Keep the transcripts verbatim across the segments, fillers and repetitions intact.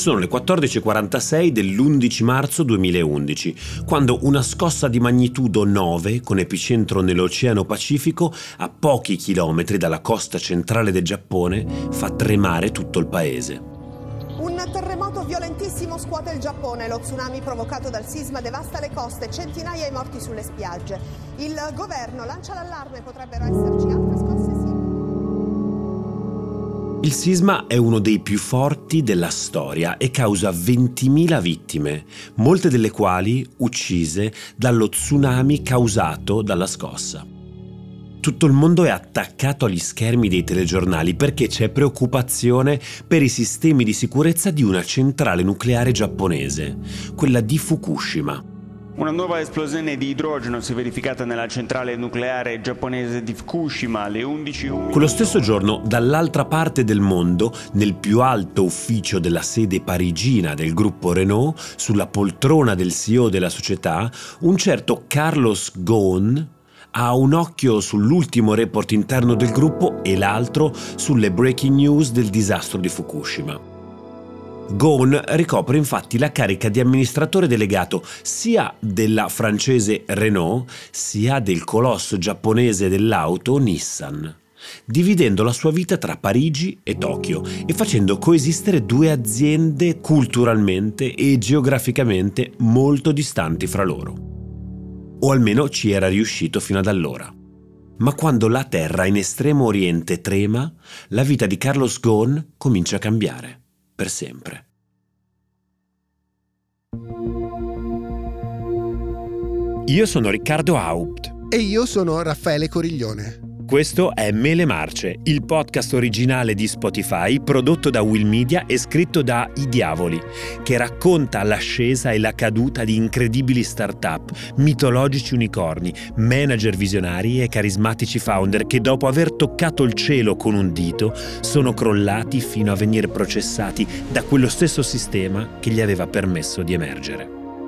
Sono le quattordici e quarantasei dell'undici marzo duemilaundici, quando una scossa di magnitudo nove, con epicentro nell'Oceano Pacifico, a pochi chilometri dalla costa centrale del Giappone, fa tremare tutto il paese. Un terremoto violentissimo scuote il Giappone, lo tsunami provocato dal sisma devasta le coste, centinaia i morti sulle spiagge. Il governo lancia l'allarme, potrebbero esserci altre scosse simili. Il sisma è uno dei più forti della storia e causa ventimila vittime, molte delle quali uccise dallo tsunami causato dalla scossa. Tutto il mondo è attaccato agli schermi dei telegiornali perché c'è preoccupazione per i sistemi di sicurezza di una centrale nucleare giapponese, quella di Fukushima. Una nuova esplosione di idrogeno si è verificata nella centrale nucleare giapponese di Fukushima alle undici e un minuto. Quello stesso giorno, dall'altra parte del mondo, nel più alto ufficio della sede parigina del gruppo Renault, sulla poltrona del C E O della società, un certo Carlos Ghosn ha un occhio sull'ultimo report interno del gruppo e l'altro sulle breaking news del disastro di Fukushima. Ghosn ricopre infatti la carica di amministratore delegato sia della francese Renault sia del colosso giapponese dell'auto Nissan, dividendo la sua vita tra Parigi e Tokyo e facendo coesistere due aziende culturalmente e geograficamente molto distanti fra loro. O almeno ci era riuscito fino ad allora. Ma quando la terra in estremo oriente trema, la vita di Carlos Ghosn comincia a cambiare. Per sempre. Io sono Riccardo Haupt. E io sono Raffaele Coriglione. Questo è Mele Marce, il podcast originale di Spotify prodotto da Will Media e scritto da I Diavoli, che racconta l'ascesa e la caduta di incredibili start-up, mitologici unicorni, manager visionari e carismatici founder che dopo aver toccato il cielo con un dito sono crollati fino a venire processati da quello stesso sistema che gli aveva permesso di emergere.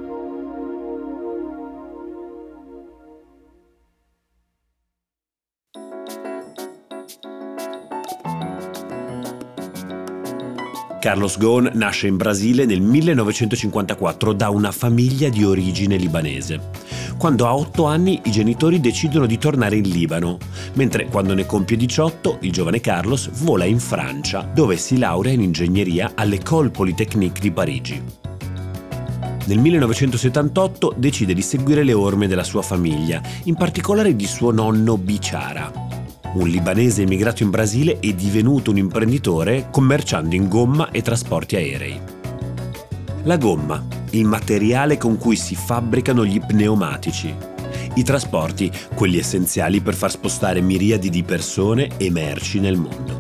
Carlos Ghosn nasce in Brasile nel millenovecentocinquantaquattro da una famiglia di origine libanese. Quando ha otto anni i genitori decidono di tornare in Libano, mentre quando ne compie diciotto il giovane Carlos vola in Francia, dove si laurea in ingegneria all'École Polytechnique di Parigi. Nel millenovecentosettantotto decide di seguire le orme della sua famiglia, in particolare di suo nonno Bichara, un libanese emigrato in Brasile e divenuto un imprenditore commerciando in gomma e trasporti aerei. La gomma, il materiale con cui si fabbricano gli pneumatici. I trasporti, quelli essenziali per far spostare miriadi di persone e merci nel mondo.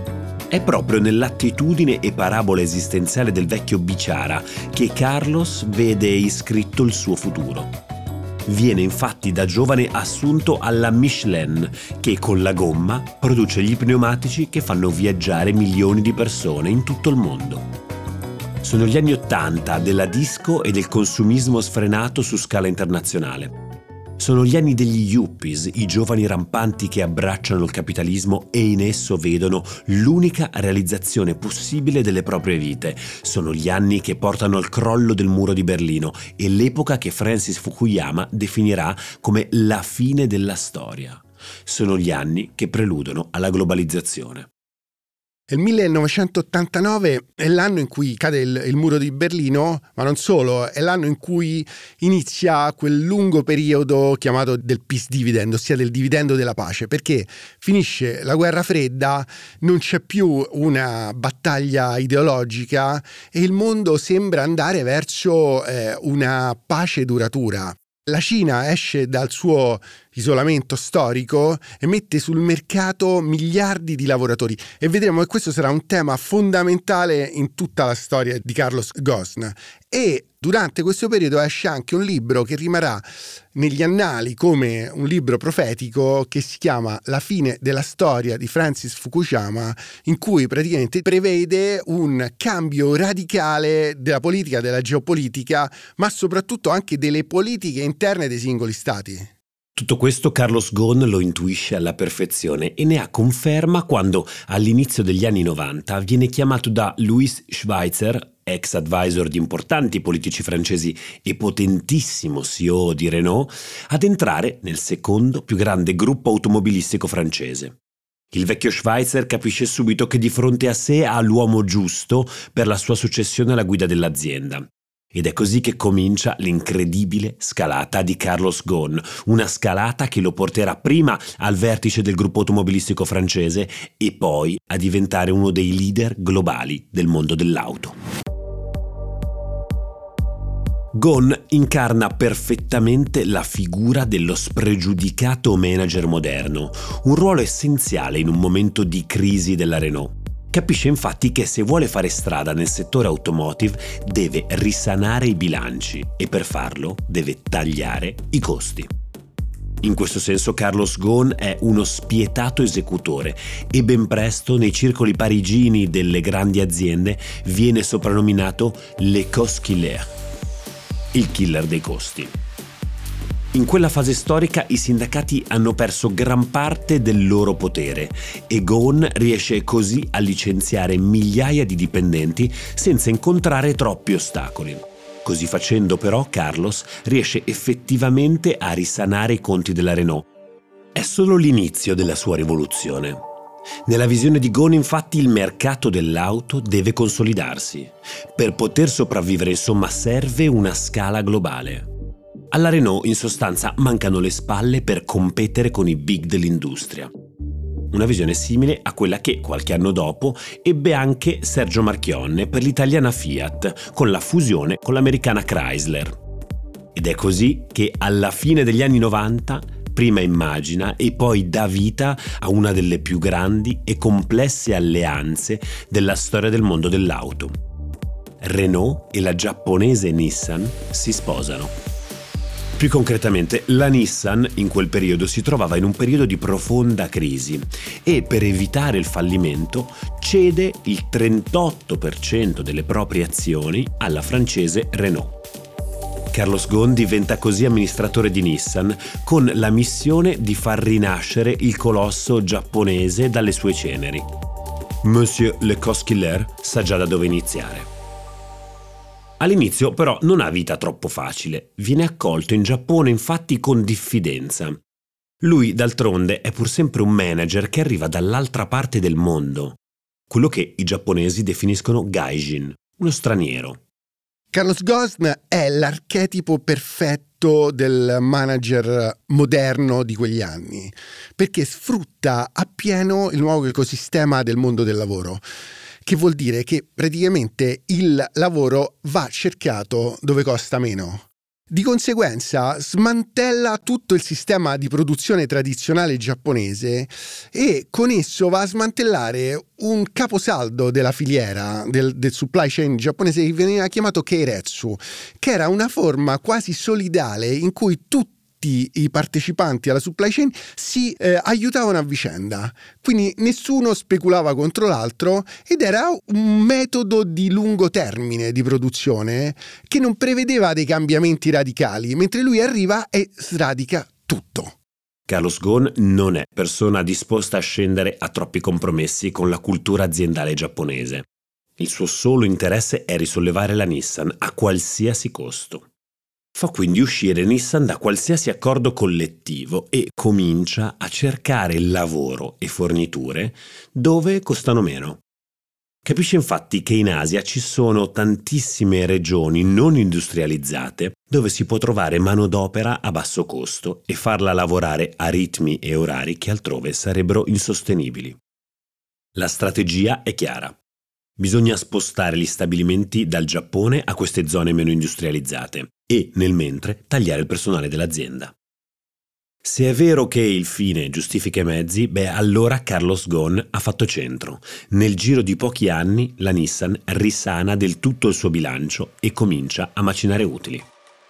È proprio nell'attitudine e parabola esistenziale del vecchio Bichara che Carlos vede iscritto il suo futuro. Viene infatti da giovane assunto alla Michelin, che con la gomma produce gli pneumatici che fanno viaggiare milioni di persone in tutto il mondo. Sono gli anni Ottanta della disco e del consumismo sfrenato su scala internazionale. Sono gli anni degli yuppies, i giovani rampanti che abbracciano il capitalismo e in esso vedono l'unica realizzazione possibile delle proprie vite. Sono gli anni che portano al crollo del muro di Berlino e l'epoca che Francis Fukuyama definirà come la fine della storia. Sono gli anni che preludono alla globalizzazione. Il millenovecentottantanove è l'anno in cui cade il, il muro di Berlino, ma non solo, è l'anno in cui inizia quel lungo periodo chiamato del peace dividend, ossia del dividendo della pace, perché finisce la guerra fredda, non c'è più una battaglia ideologica e il mondo sembra andare verso eh, una pace duratura. La Cina esce dal suo isolamento storico e mette sul mercato miliardi di lavoratori e vedremo che questo sarà un tema fondamentale in tutta la storia di Carlos Ghosn. E durante questo periodo esce anche un libro che rimarrà negli annali come un libro profetico che si chiama La fine della storia di Francis Fukuyama, in cui praticamente prevede un cambio radicale della politica, della geopolitica, ma soprattutto anche delle politiche interne dei singoli stati. Tutto questo Carlos Ghosn lo intuisce alla perfezione e ne ha conferma quando all'inizio degli anni novanta viene chiamato da Louis Schweitzer, ex advisor di importanti politici francesi e potentissimo C E O di Renault, ad entrare nel secondo più grande gruppo automobilistico francese. Il vecchio Schweitzer capisce subito che di fronte a sé ha l'uomo giusto per la sua successione alla guida dell'azienda. Ed è così che comincia l'incredibile scalata di Carlos Ghosn, una scalata che lo porterà prima al vertice del gruppo automobilistico francese e poi a diventare uno dei leader globali del mondo dell'auto. Ghosn incarna perfettamente la figura dello spregiudicato manager moderno, un ruolo essenziale in un momento di crisi della Renault. Capisce infatti che se vuole fare strada nel settore automotive deve risanare i bilanci e per farlo deve tagliare i costi. In questo senso Carlos Ghosn è uno spietato esecutore e ben presto nei circoli parigini delle grandi aziende viene soprannominato Le Cost Killer, il killer dei costi. In quella fase storica i sindacati hanno perso gran parte del loro potere e Ghosn riesce così a licenziare migliaia di dipendenti senza incontrare troppi ostacoli. Così facendo però Carlos riesce effettivamente a risanare i conti della Renault. È solo l'inizio della sua rivoluzione. Nella visione di Ghosn infatti il mercato dell'auto deve consolidarsi. Per poter sopravvivere insomma serve una scala globale. Alla Renault in sostanza mancano le spalle per competere con i big dell'industria. Una visione simile a quella che qualche anno dopo ebbe anche Sergio Marchionne per l'italiana Fiat con la fusione con l'americana Chrysler. Ed è così che alla fine degli anni novanta prima immagina e poi dà vita a una delle più grandi e complesse alleanze della storia del mondo dell'auto. Renault e la giapponese Nissan si sposano. Più concretamente, la Nissan in quel periodo si trovava in un periodo di profonda crisi e per evitare il fallimento cede il trentotto per cento delle proprie azioni alla francese Renault. Carlos Ghosn diventa così amministratore di Nissan con la missione di far rinascere il colosso giapponese dalle sue ceneri. Monsieur Le Cost Killer sa già da dove iniziare. All'inizio però non ha vita troppo facile, viene accolto in Giappone infatti con diffidenza. Lui d'altronde è pur sempre un manager che arriva dall'altra parte del mondo, quello che i giapponesi definiscono gaijin, uno straniero. Carlos Ghosn è l'archetipo perfetto del manager moderno di quegli anni, perché sfrutta appieno il nuovo ecosistema del mondo del lavoro. Che vuol dire che praticamente il lavoro va cercato dove costa meno. Di conseguenza smantella tutto il sistema di produzione tradizionale giapponese e con esso va a smantellare un caposaldo della filiera del, del supply chain giapponese che veniva chiamato Keiretsu, che era una forma quasi solidale in cui tutti i partecipanti alla supply chain si eh, aiutavano a vicenda, quindi nessuno speculava contro l'altro ed era un metodo di lungo termine di produzione che non prevedeva dei cambiamenti radicali, mentre lui arriva e sradica tutto. Carlos Ghosn non è persona disposta a scendere a troppi compromessi con la cultura aziendale giapponese. Il suo solo interesse è risollevare la Nissan a qualsiasi costo. Fa quindi uscire Nissan da qualsiasi accordo collettivo e comincia a cercare lavoro e forniture dove costano meno. Capisce infatti che in Asia ci sono tantissime regioni non industrializzate dove si può trovare manodopera a basso costo e farla lavorare a ritmi e orari che altrove sarebbero insostenibili. La strategia è chiara. Bisogna spostare gli stabilimenti dal Giappone a queste zone meno industrializzate e, nel mentre, tagliare il personale dell'azienda. Se è vero che il fine giustifica i mezzi, beh, allora Carlos Ghosn ha fatto centro. Nel giro di pochi anni la Nissan risana del tutto il suo bilancio e comincia a macinare utili.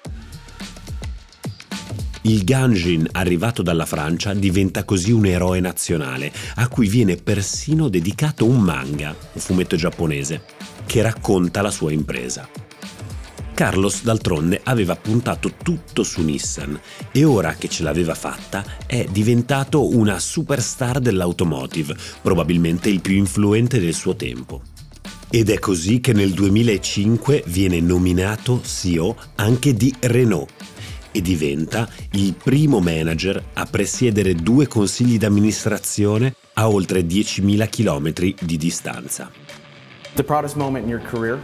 Il Ganjin, arrivato dalla Francia, diventa così un eroe nazionale, a cui viene persino dedicato un manga, un fumetto giapponese, che racconta la sua impresa. Carlos, d'altronde, aveva puntato tutto su Nissan e ora che ce l'aveva fatta è diventato una superstar dell'automotive, probabilmente il più influente del suo tempo. Ed è così che nel duemilacinque viene nominato C E O anche di Renault e diventa il primo manager a presiedere due consigli d'amministrazione a oltre diecimila chilometri di distanza. The proudest moment in your career?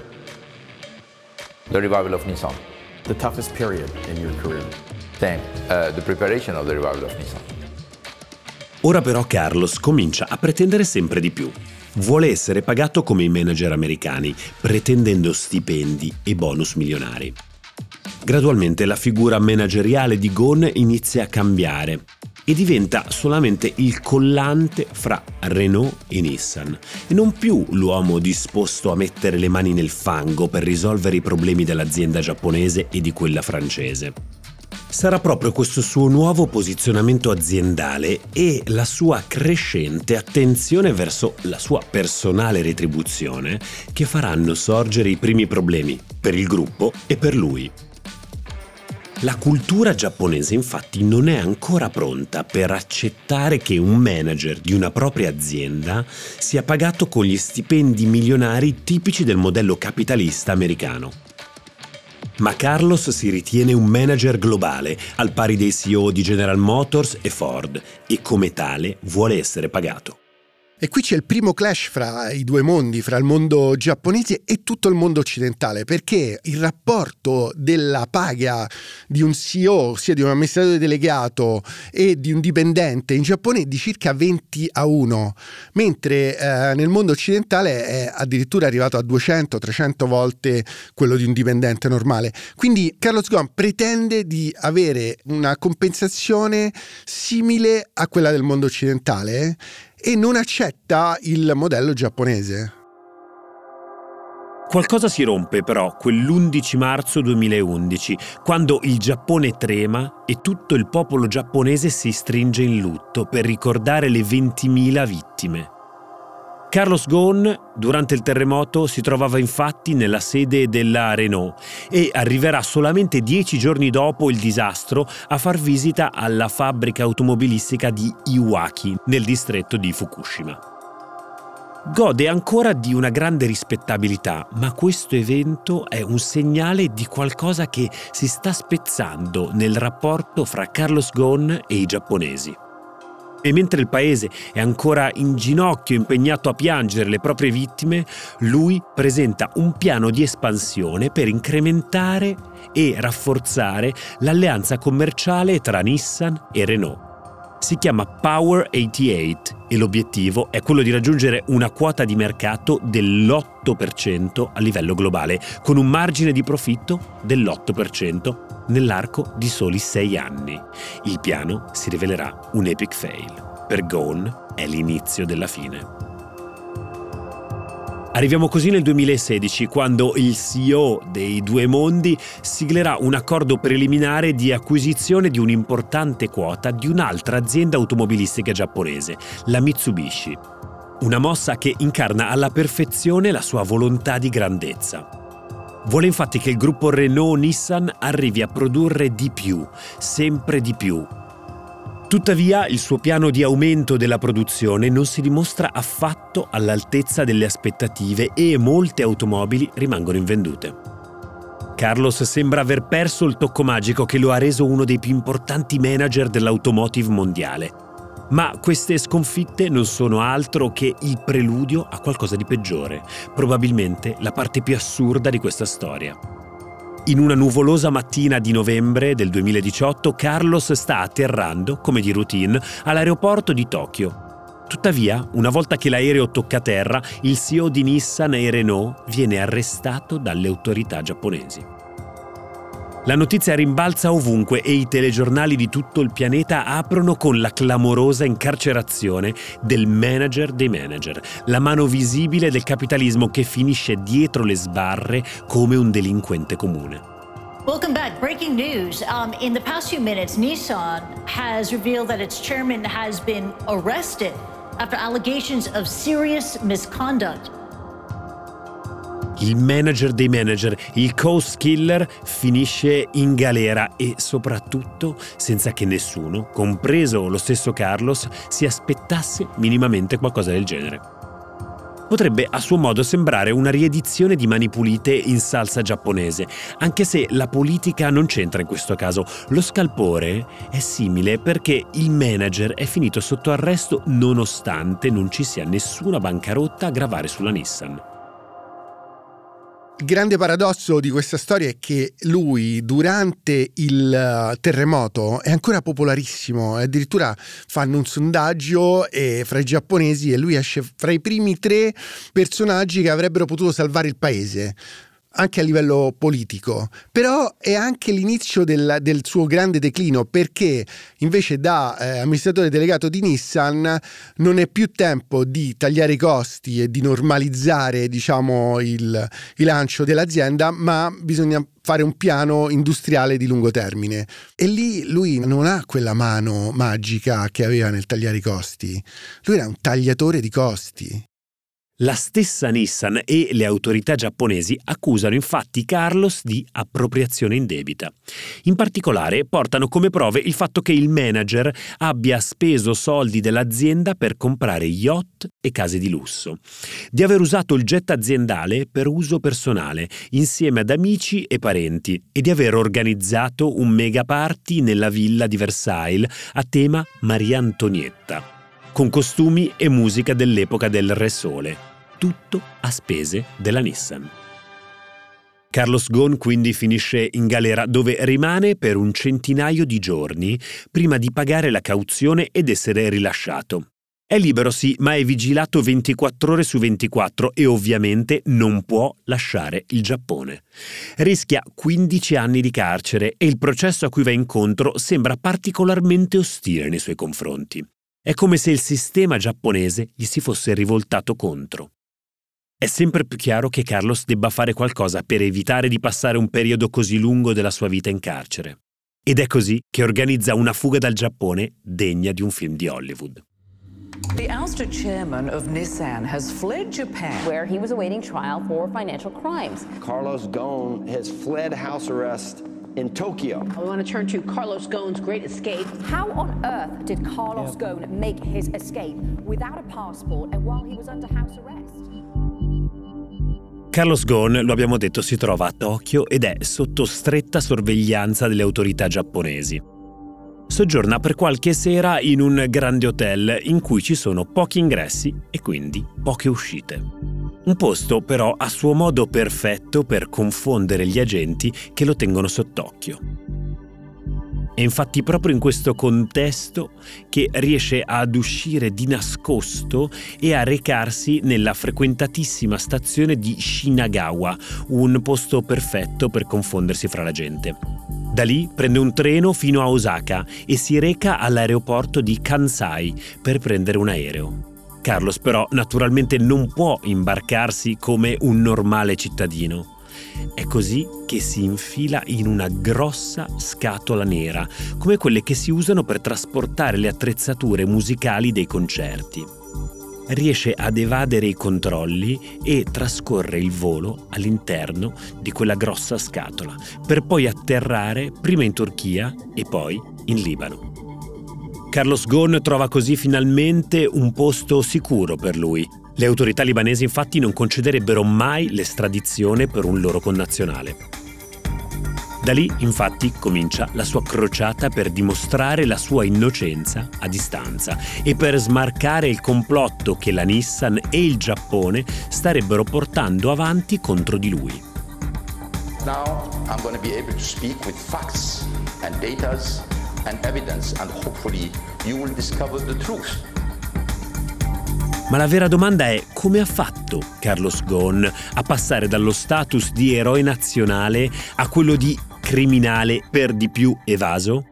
The revival of Nissan. The toughest period in your career? Same, uh, the preparation of the revival of Nissan. Ora però Carlos comincia a pretendere sempre di più. Vuole essere pagato come i manager americani, pretendendo stipendi e bonus milionari. Gradualmente la figura manageriale di Ghosn inizia a cambiare e diventa solamente il collante fra Renault e Nissan, e non più l'uomo disposto a mettere le mani nel fango per risolvere i problemi dell'azienda giapponese e di quella francese. Sarà proprio questo suo nuovo posizionamento aziendale e la sua crescente attenzione verso la sua personale retribuzione che faranno sorgere i primi problemi per il gruppo e per lui. La cultura giapponese infatti non è ancora pronta per accettare che un manager di una propria azienda sia pagato con gli stipendi milionari tipici del modello capitalista americano. Ma Carlos si ritiene un manager globale, al pari dei C E O di General Motors e Ford, e come tale vuole essere pagato. E qui c'è il primo clash fra i due mondi, fra il mondo giapponese e tutto il mondo occidentale, perché il rapporto della paga di un C E O, ossia di un amministratore delegato e di un dipendente in Giappone è di circa venti a uno, mentre eh, nel mondo occidentale è addirittura arrivato a duecento trecento volte quello di un dipendente normale. Quindi Carlos Ghosn pretende di avere una compensazione simile a quella del mondo occidentale e non accetta il modello giapponese. Qualcosa si rompe però quell'undici marzo duemilaundici, quando il Giappone trema e tutto il popolo giapponese si stringe in lutto per ricordare le ventimila vittime. Carlos Ghosn, durante il terremoto, si trovava infatti nella sede della Renault e arriverà solamente dieci giorni dopo il disastro a far visita alla fabbrica automobilistica di Iwaki, nel distretto di Fukushima. Gode ancora di una grande rispettabilità, ma questo evento è un segnale di qualcosa che si sta spezzando nel rapporto fra Carlos Ghosn e i giapponesi. E mentre il paese è ancora in ginocchio, impegnato a piangere le proprie vittime, lui presenta un piano di espansione per incrementare e rafforzare l'alleanza commerciale tra Nissan e Renault. Si chiama Power ottantotto e l'obiettivo è quello di raggiungere una quota di mercato dell'otto per cento a livello globale, con un margine di profitto dell'otto per cento nell'arco di soli sei anni. Il piano si rivelerà un epic fail. Per Ghosn è l'inizio della fine. Arriviamo così nel duemilasedici, quando il C E O dei due mondi siglerà un accordo preliminare di acquisizione di un'importante quota di un'altra azienda automobilistica giapponese, la Mitsubishi. Una mossa che incarna alla perfezione la sua volontà di grandezza. Vuole infatti che il gruppo Renault-Nissan arrivi a produrre di più, sempre di più. Tuttavia, il suo piano di aumento della produzione non si dimostra affatto all'altezza delle aspettative e molte automobili rimangono invendute. Carlos sembra aver perso il tocco magico che lo ha reso uno dei più importanti manager dell'automotive mondiale. Ma queste sconfitte non sono altro che il preludio a qualcosa di peggiore, probabilmente la parte più assurda di questa storia. In una nuvolosa mattina di novembre del duemiladiciotto, Carlos sta atterrando, come di routine, all'aeroporto di Tokyo. Tuttavia, una volta che l'aereo tocca terra, il C E O di Nissan e Renault viene arrestato dalle autorità giapponesi. La notizia rimbalza ovunque e i telegiornali di tutto il pianeta aprono con la clamorosa incarcerazione del manager dei manager, la mano visibile del capitalismo che finisce dietro le sbarre come un delinquente comune. Welcome back. Breaking news. Um, in the past few minutes, Nissan has revealed that its chairman has been arrested after allegations of serious misconduct. Il manager dei manager, il coast killer, finisce in galera e soprattutto senza che nessuno, compreso lo stesso Carlos, si aspettasse minimamente qualcosa del genere. Potrebbe a suo modo sembrare una riedizione di Mani Pulite in salsa giapponese, anche se la politica non c'entra in questo caso. Lo scalpore è simile perché il manager è finito sotto arresto nonostante non ci sia nessuna bancarotta a gravare sulla Nissan. Il grande paradosso di questa storia è che lui durante il terremoto è ancora popolarissimo, addirittura fanno un sondaggio e fra i giapponesi e lui esce fra i primi tre personaggi che avrebbero potuto salvare il paese, anche a livello politico. Però è anche l'inizio del, del suo grande declino, perché invece da eh, amministratore delegato di Nissan non è più tempo di tagliare i costi e di normalizzare, diciamo, il, il lancio dell'azienda, ma bisogna fare un piano industriale di lungo termine. E lì lui non ha quella mano magica che aveva nel tagliare i costi. Lui era un tagliatore di costi. La stessa Nissan e le autorità giapponesi accusano infatti Carlos di appropriazione indebita. In particolare portano come prove il fatto che il manager abbia speso soldi dell'azienda per comprare yacht e case di lusso, di aver usato il jet aziendale per uso personale insieme ad amici e parenti e di aver organizzato un mega party nella villa di Versailles a tema Maria Antonietta, con costumi e musica dell'epoca del Re Sole, tutto a spese della Nissan. Carlos Ghosn quindi finisce in galera, dove rimane per un centinaio di giorni prima di pagare la cauzione ed essere rilasciato. È libero sì, ma è vigilato ventiquattro ore su ventiquattro e ovviamente non può lasciare il Giappone. Rischia quindici anni di carcere e il processo a cui va incontro sembra particolarmente ostile nei suoi confronti. È come se il sistema giapponese gli si fosse rivoltato contro. È sempre più chiaro che Carlos debba fare qualcosa per evitare di passare un periodo così lungo della sua vita in carcere. Ed è così che organizza una fuga dal Giappone degna di un film di Hollywood. The ousted chairman of Nissan has fled Japan, where he was awaiting trial for financial crimes. Carlos Ghosn has fled house arrest in Tokyo. We want to turn to Carlos Ghosn's great escape. How on earth did Carlos Ghosn make his escape without a passport and while he was under house arrest? Carlos Ghosn, lo abbiamo detto, si trova a Tokyo ed è sotto stretta sorveglianza delle autorità giapponesi. Soggiorna per qualche sera in un grande hotel in cui ci sono pochi ingressi e quindi poche uscite. Un posto però a suo modo perfetto per confondere gli agenti che lo tengono sott'occhio. È infatti proprio in questo contesto che riesce ad uscire di nascosto e a recarsi nella frequentatissima stazione di Shinagawa, un posto perfetto per confondersi fra la gente. Da lì prende un treno fino a Osaka e si reca all'aeroporto di Kansai per prendere un aereo. Carlos però naturalmente non può imbarcarsi come un normale cittadino. È così che si infila in una grossa scatola nera, come quelle che si usano per trasportare le attrezzature musicali dei concerti. Riesce ad evadere i controlli e trascorre il volo all'interno di quella grossa scatola, per poi atterrare prima in Turchia e poi in Libano. Carlos Ghosn trova così finalmente un posto sicuro per lui. Le autorità libanesi infatti non concederebbero mai l'estradizione per un loro connazionale. Da lì, infatti, comincia la sua crociata per dimostrare la sua innocenza a distanza e per smarcare il complotto che la Nissan e il Giappone starebbero portando avanti contro di lui. Now I'm going to be able to speak with facts and data and evidence and hopefully you will discover the truth. Ma la vera domanda è: come ha fatto Carlos Ghosn a passare dallo status di eroe nazionale a quello di criminale per di più evaso?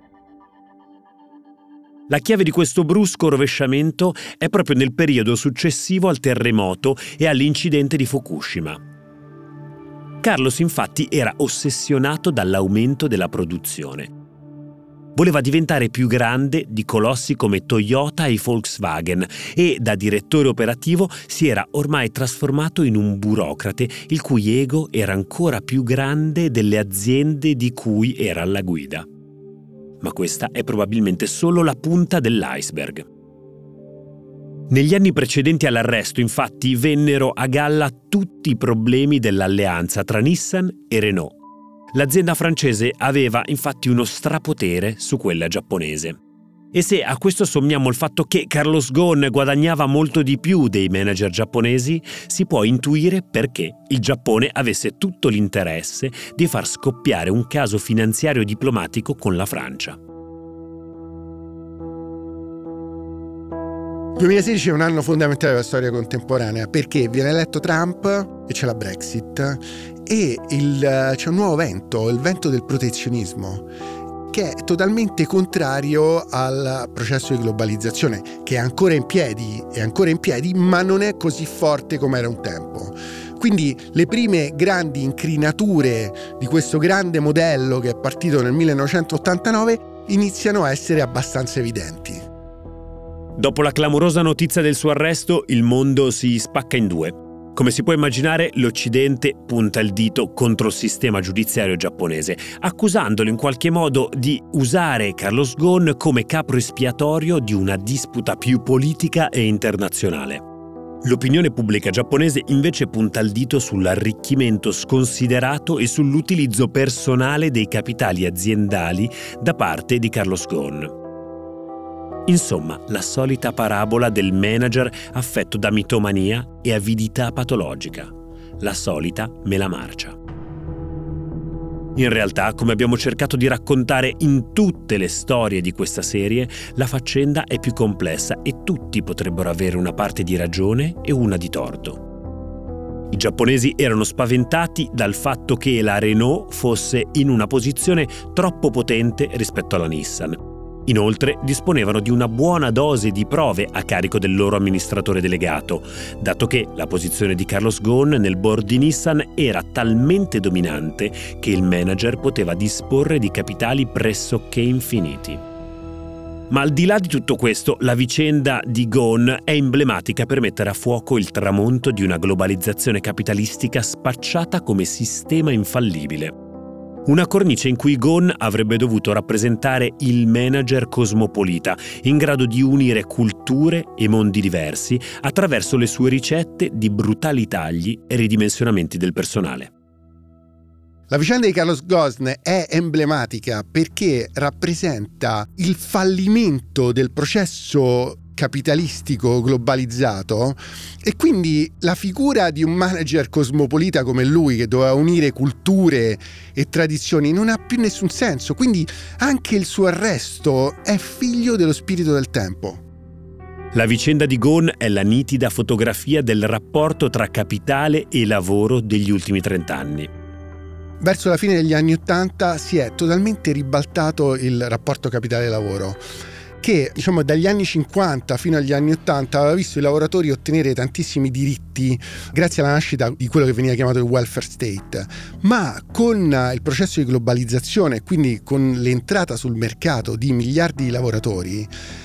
La chiave di questo brusco rovesciamento è proprio nel periodo successivo al terremoto e all'incidente di Fukushima. Carlos infatti era ossessionato dall'aumento della produzione. Voleva diventare più grande di colossi come Toyota e Volkswagen e da direttore operativo si era ormai trasformato in un burocrate il cui ego era ancora più grande delle aziende di cui era alla guida. Ma questa è probabilmente solo la punta dell'iceberg. Negli anni precedenti all'arresto, infatti, vennero a galla tutti i problemi dell'alleanza tra Nissan e Renault. L'azienda francese aveva infatti uno strapotere su quella giapponese. E se a questo sommiamo il fatto che Carlos Ghosn guadagnava molto di più dei manager giapponesi, si può intuire perché il Giappone avesse tutto l'interesse di far scoppiare un caso finanziario e diplomatico con la Francia. duemilasedici è un anno fondamentale della storia contemporanea perché viene eletto Trump e c'è la Brexit e il, c'è un nuovo vento, il vento del protezionismo, che è totalmente contrario al processo di globalizzazione, che è ancora in piedi, è ancora in piedi, ma non è così forte come era un tempo. Quindi le prime grandi incrinature di questo grande modello che è partito nel millenovecentottantanove iniziano a essere abbastanza evidenti. Dopo la clamorosa notizia del suo arresto, il mondo si spacca in due. Come si può immaginare, l'Occidente punta il dito contro il sistema giudiziario giapponese, accusandolo in qualche modo di usare Carlos Ghosn come capro espiatorio di una disputa più politica e internazionale. L'opinione pubblica giapponese invece punta il dito sull'arricchimento sconsiderato e sull'utilizzo personale dei capitali aziendali da parte di Carlos Ghosn. Insomma, la solita parabola del manager affetto da mitomania e avidità patologica. La solita mela marcia. In realtà, come abbiamo cercato di raccontare in tutte le storie di questa serie, la faccenda è più complessa e tutti potrebbero avere una parte di ragione e una di torto. I giapponesi erano spaventati dal fatto che la Renault fosse in una posizione troppo potente rispetto alla Nissan. Inoltre disponevano di una buona dose di prove a carico del loro amministratore delegato, dato che la posizione di Carlos Ghosn nel board di Nissan era talmente dominante che il manager poteva disporre di capitali pressoché infiniti. Ma al di là di tutto questo, la vicenda di Ghosn è emblematica per mettere a fuoco il tramonto di una globalizzazione capitalistica spacciata come sistema infallibile. Una cornice in cui Ghosn avrebbe dovuto rappresentare il manager cosmopolita, in grado di unire culture e mondi diversi attraverso le sue ricette di brutali tagli e ridimensionamenti del personale. La vicenda di Carlos Ghosn è emblematica perché rappresenta il fallimento del processo capitalistico globalizzato e quindi la figura di un manager cosmopolita come lui che doveva unire culture e tradizioni non ha più nessun senso, quindi anche il suo arresto è figlio dello spirito del tempo. La vicenda di Ghosn è la nitida fotografia del rapporto tra capitale e lavoro degli ultimi trent'anni. Verso la fine degli anni Ottanta si è totalmente ribaltato il rapporto capitale-lavoro, che diciamo dagli anni cinquanta fino agli anni ottanta aveva visto i lavoratori ottenere tantissimi diritti grazie alla nascita di quello che veniva chiamato il welfare state, ma con il processo di globalizzazione, quindi con l'entrata sul mercato di miliardi di lavoratori,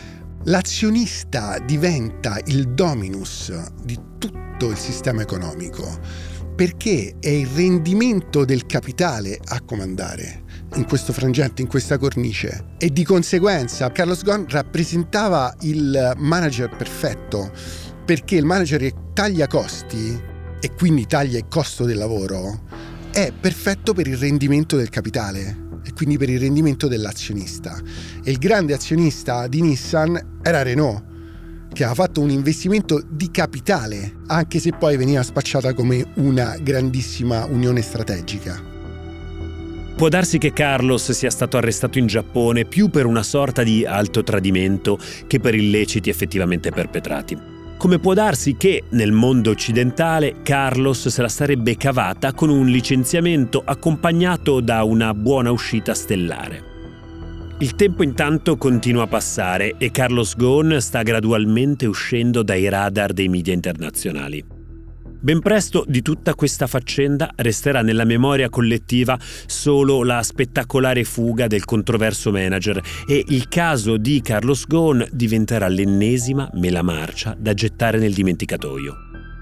l'azionista diventa il dominus di tutto il sistema economico, perché è il rendimento del capitale a comandare in questo frangente, in questa cornice, e di conseguenza Carlos Ghosn rappresentava il manager perfetto, perché il manager che taglia costi e quindi taglia il costo del lavoro è perfetto per il rendimento del capitale e quindi per il rendimento dell'azionista. E il grande azionista di Nissan era Renault, che aveva fatto un investimento di capitale, anche se poi veniva spacciata come una grandissima unione strategica. Può darsi che Carlos sia stato arrestato in Giappone più per una sorta di alto tradimento che per illeciti effettivamente perpetrati. Come può darsi che nel mondo occidentale Carlos se la sarebbe cavata con un licenziamento accompagnato da una buona uscita stellare. Il tempo intanto continua a passare e Carlos Ghosn sta gradualmente uscendo dai radar dei media internazionali. Ben presto di tutta questa faccenda resterà nella memoria collettiva solo la spettacolare fuga del controverso manager e il caso di Carlos Ghosn diventerà l'ennesima mela marcia da gettare nel dimenticatoio.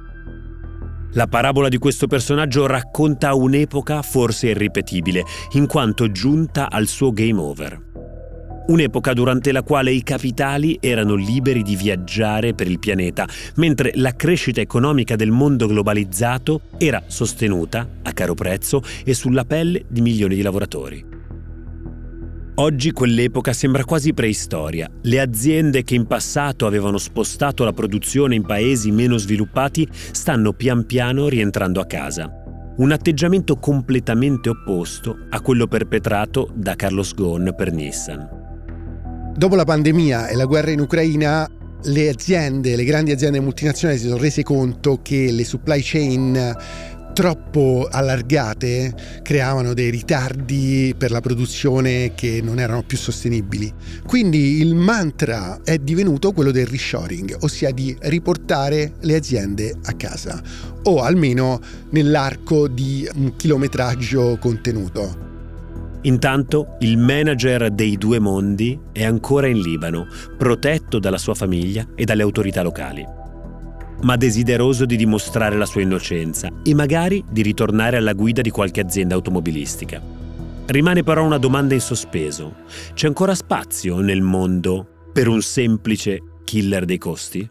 La parabola di questo personaggio racconta un'epoca forse irripetibile, in quanto giunta al suo game over. Un'epoca durante la quale i capitali erano liberi di viaggiare per il pianeta, mentre la crescita economica del mondo globalizzato era sostenuta a caro prezzo e sulla pelle di milioni di lavoratori. Oggi quell'epoca sembra quasi preistoria. Le aziende che in passato avevano spostato la produzione in paesi meno sviluppati stanno pian piano rientrando a casa. Un atteggiamento completamente opposto a quello perpetrato da Carlos Ghosn per Nissan. Dopo la pandemia e la guerra in Ucraina, le aziende, le grandi aziende multinazionali si sono rese conto che le supply chain troppo allargate creavano dei ritardi per la produzione che non erano più sostenibili. Quindi il mantra è divenuto quello del reshoring, ossia di riportare le aziende a casa, o almeno nell'arco di un chilometraggio contenuto. Intanto il manager dei due mondi è ancora in Libano, protetto dalla sua famiglia e dalle autorità locali, ma desideroso di dimostrare la sua innocenza e magari di ritornare alla guida di qualche azienda automobilistica. Rimane però una domanda in sospeso: c'è ancora spazio nel mondo per un semplice killer dei costi?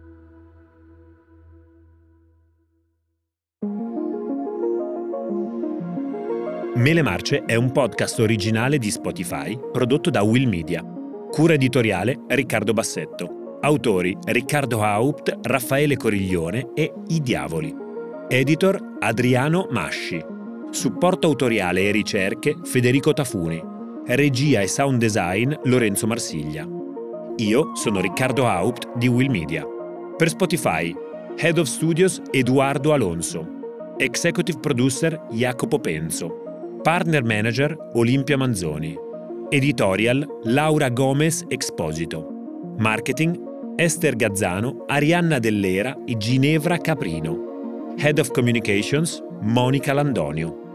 Mele Marce è un podcast originale di Spotify prodotto da Will Media. Cura editoriale Riccardo Bassetto. Autori Riccardo Haupt, Raffaele Coriglione e I Diavoli. Editor Adriano Masci. Supporto autoriale e ricerche Federico Tafuni. Regia e sound design Lorenzo Marsiglia. Io sono Riccardo Haupt di Will Media. Per Spotify, Head of Studios Eduardo Alonso. Executive Producer Jacopo Penzo. Partner Manager Olimpia Manzoni. Editorial Laura Gomez Exposito. Marketing Esther Gazzano, Arianna Dell'Era e Ginevra Caprino. Head of Communications Monica Landonio.